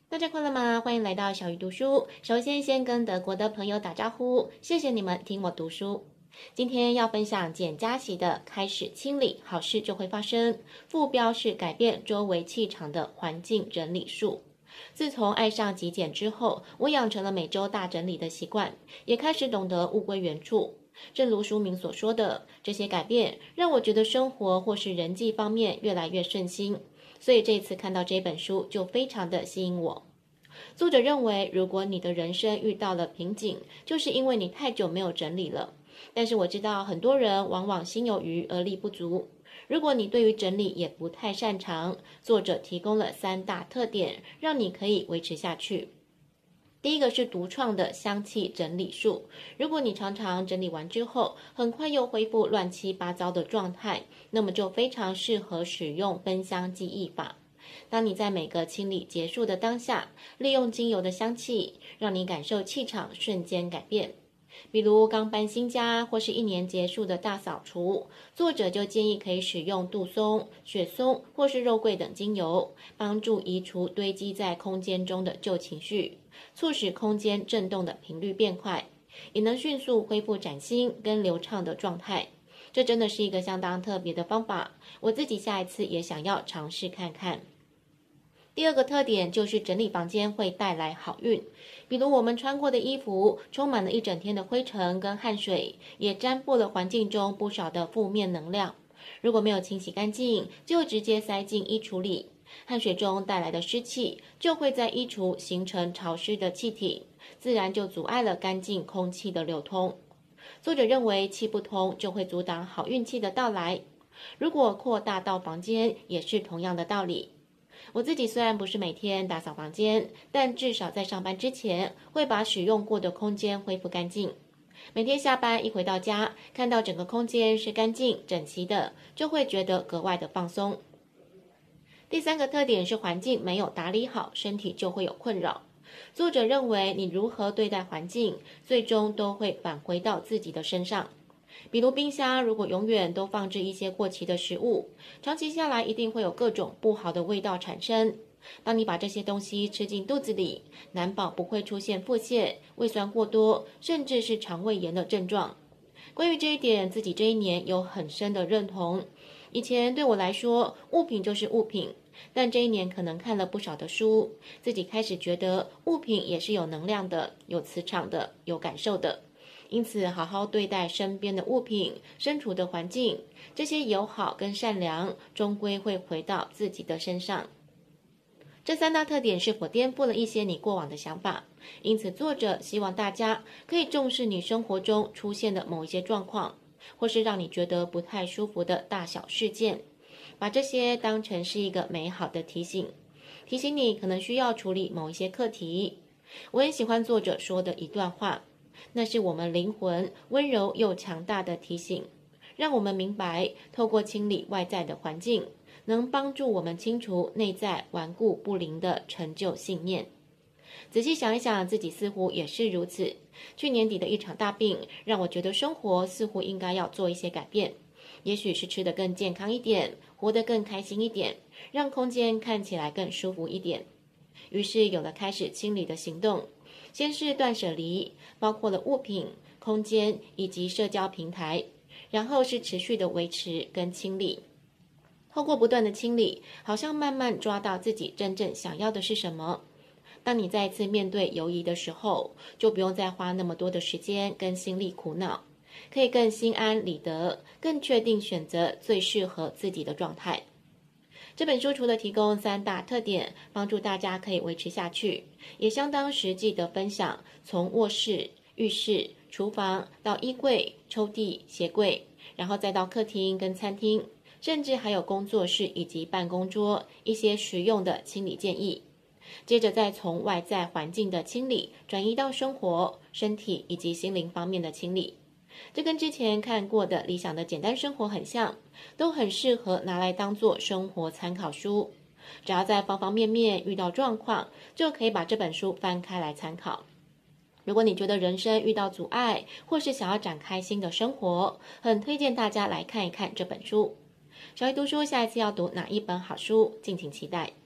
大家快乐吗？欢迎来到小鱼读书。首先跟德国的朋友打招呼，谢谢你们听我读书。今天要分享简嘉琪的开始清理，好事就会发生。副标是改变周围气场的环境整理术。自从爱上极简之后，我养成了每周大整理的习惯，也开始懂得物归原处。正如书名所说的，这些改变让我觉得生活或是人际方面越来越顺心。所以这次看到这本书就非常的吸引我。作者认为，如果你的人生遇到了瓶颈，就是因为你太久没有整理了。但是我知道很多人往往心有余而力不足。如果你对于整理也不太擅长，作者提供了3大特点，让你可以维持下去。第一个是独创的香气整理术。如果你常常整理完之后，很快又恢复乱七八糟的状态，那么就非常适合使用芬香记忆法。当你在每个清理结束的当下，利用精油的香气，让你感受气场瞬间改变。比如刚搬新家或是1年结束的大扫除，作者就建议可以使用杜松、雪松或是肉桂等精油，帮助移除堆积在空间中的旧情绪，促使空间震动的频率变快，也能迅速恢复崭新跟流畅的状态。这真的是一个相当特别的方法，我自己下一次也想要尝试看看。第二个特点就是整理房间会带来好运，比如我们穿过的衣服充满了一整天的灰尘跟汗水，也沾破了环境中不少的负面能量。如果没有清洗干净，就直接塞进衣橱里，汗水中带来的湿气就会在衣橱形成潮湿的气体，自然就阻碍了干净空气的流通。作者认为气不通就会阻挡好运气的到来，如果扩大到房间也是同样的道理。我自己虽然不是每天打扫房间，但至少在上班之前会把使用过的空间恢复干净。每天下班一回到家，看到整个空间是干净整齐的，就会觉得格外的放松。第3个特点是环境没有打理好，身体就会有困扰。作者认为，你如何对待环境，最终都会返回到自己的身上。比如冰箱如果永远都放置一些过期的食物，长期下来一定会有各种不好的味道产生。当你把这些东西吃进肚子里，难保不会出现腹泻、胃酸过多，甚至是肠胃炎的症状。关于这一点，自己这一年有很深的认同。以前对我来说，物品就是物品，但这一年可能看了不少的书，自己开始觉得物品也是有能量的、有磁场的、有感受的。因此，好好对待身边的物品、身处的环境，这些友好跟善良，终归会回到自己的身上。这3大特点是否颠覆了一些你过往的想法？因此，作者希望大家可以重视你生活中出现的某一些状况，或是让你觉得不太舒服的大小事件，把这些当成是一个美好的提醒，提醒你可能需要处理某一些课题。我很喜欢作者说的一段话，那是我们灵魂温柔又强大的提醒，让我们明白，透过清理外在的环境，能帮助我们清除内在顽固不灵的陈旧信念。仔细想一想，自己似乎也是如此。去年底的一场大病，让我觉得生活似乎应该要做一些改变，也许是吃得更健康一点，活得更开心一点，让空间看起来更舒服一点。于是有了开始清理的行动。先是断舍离，包括了物品、空间以及社交平台，然后是持续的维持跟清理。透过不断的清理，好像慢慢抓到自己真正想要的是什么。当你再一次面对犹疑的时候，就不用再花那么多的时间跟心力苦恼，可以更心安理得，更确定选择最适合自己的状态。这本书除了提供3大特点，帮助大家可以维持下去，也相当实际的分享，从卧室、浴室、厨房到衣柜、抽屉、鞋柜，然后再到客厅跟餐厅，甚至还有工作室以及办公桌一些实用的清理建议。接着再从外在环境的清理转移到生活、身体以及心灵方面的清理。这跟之前看过的理想的简单生活很像，都很适合拿来当做生活参考书。只要在方方面面遇到状况，就可以把这本书翻开来参考。如果你觉得人生遇到阻碍，或是想要展开新的生活，很推荐大家来看一看这本书。小鱼读书下一次要读哪一本好书，敬请期待。